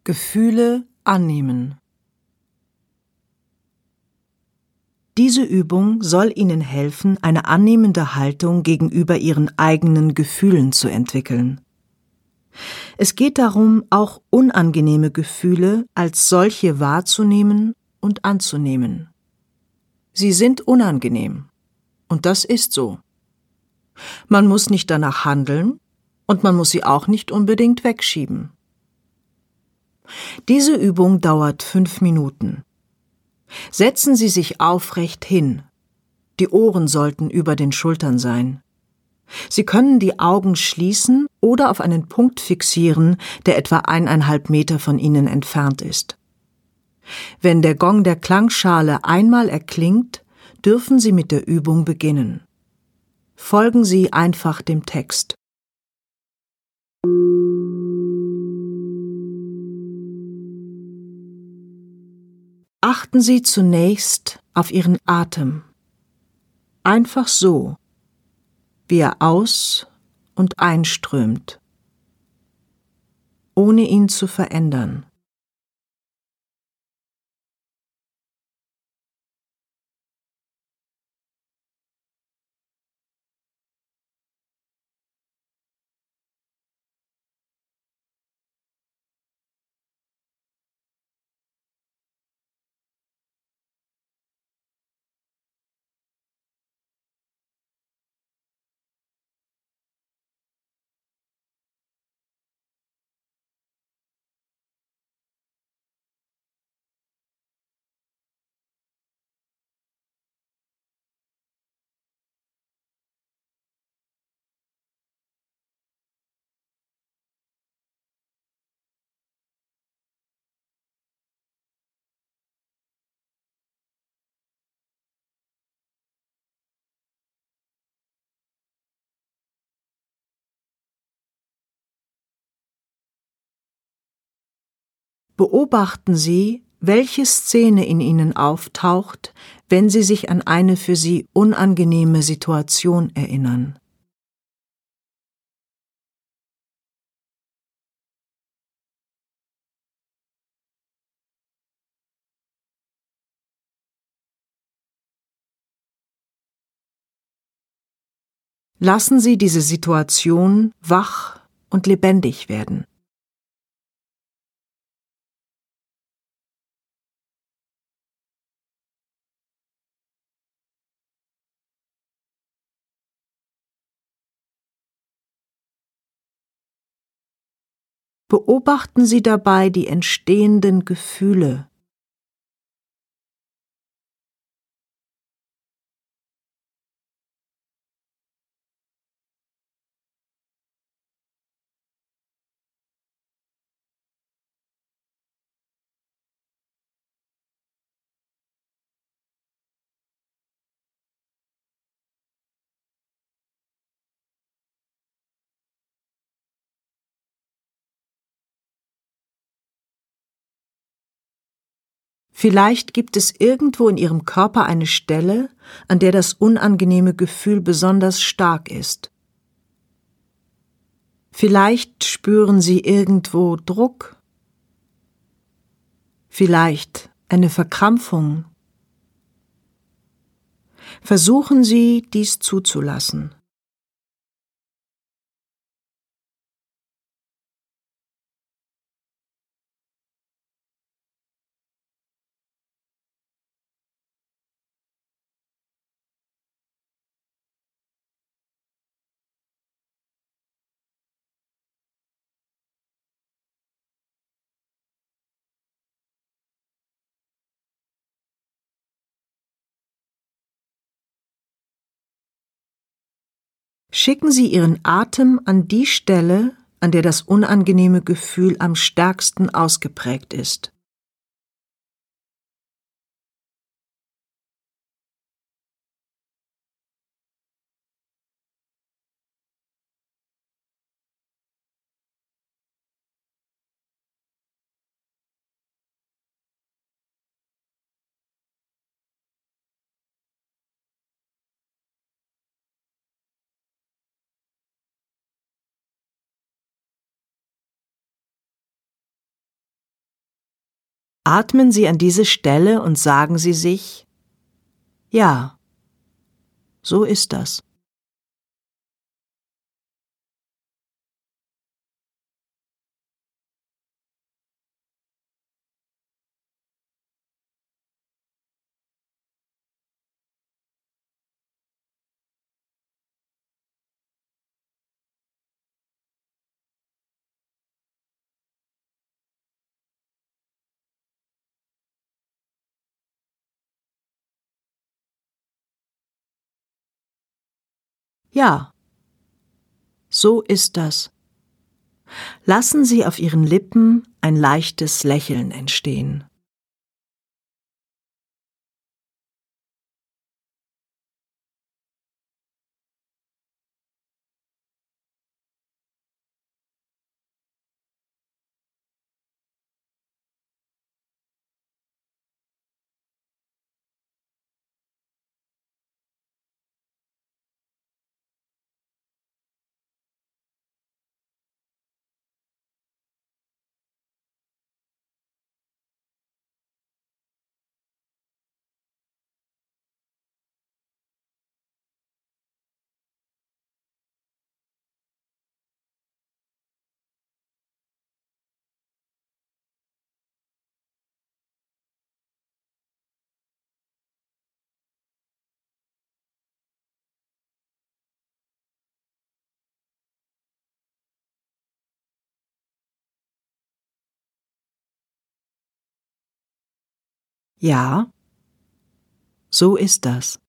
Gefühle annehmen. Diese Übung soll Ihnen helfen, eine annehmende Haltung gegenüber Ihren eigenen Gefühlen zu entwickeln. Es geht darum, auch unangenehme Gefühle als solche wahrzunehmen und anzunehmen. Sie sind unangenehm, und das ist so. Man muss nicht danach handeln, und man muss sie auch nicht unbedingt wegschieben. Diese Übung dauert 5 Minuten. Setzen Sie sich aufrecht hin. Die Ohren sollten über den Schultern sein. Sie können die Augen schließen oder auf einen Punkt fixieren, der etwa 1,5 Meter von Ihnen entfernt ist. Wenn der Gong der Klangschale einmal erklingt, dürfen Sie mit der Übung beginnen. Folgen Sie einfach dem Text. Achten Sie zunächst auf Ihren Atem. Einfach so, wie er aus- und einströmt, ohne ihn zu verändern. Beobachten Sie, welche Szene in Ihnen auftaucht, wenn Sie sich an eine für Sie unangenehme Situation erinnern. Lassen Sie diese Situation wach und lebendig werden. Beobachten Sie dabei die entstehenden Gefühle. Vielleicht gibt es irgendwo in Ihrem Körper eine Stelle, an der das unangenehme Gefühl besonders stark ist. Vielleicht spüren Sie irgendwo Druck, vielleicht eine Verkrampfung. Versuchen Sie, dies zuzulassen. Schicken Sie Ihren Atem an die Stelle, an der das unangenehme Gefühl am stärksten ausgeprägt ist. Atmen Sie an diese Stelle und sagen Sie sich: Ja, so ist das. Ja, so ist das. Lassen Sie auf Ihren Lippen ein leichtes Lächeln entstehen. Ja, so ist das.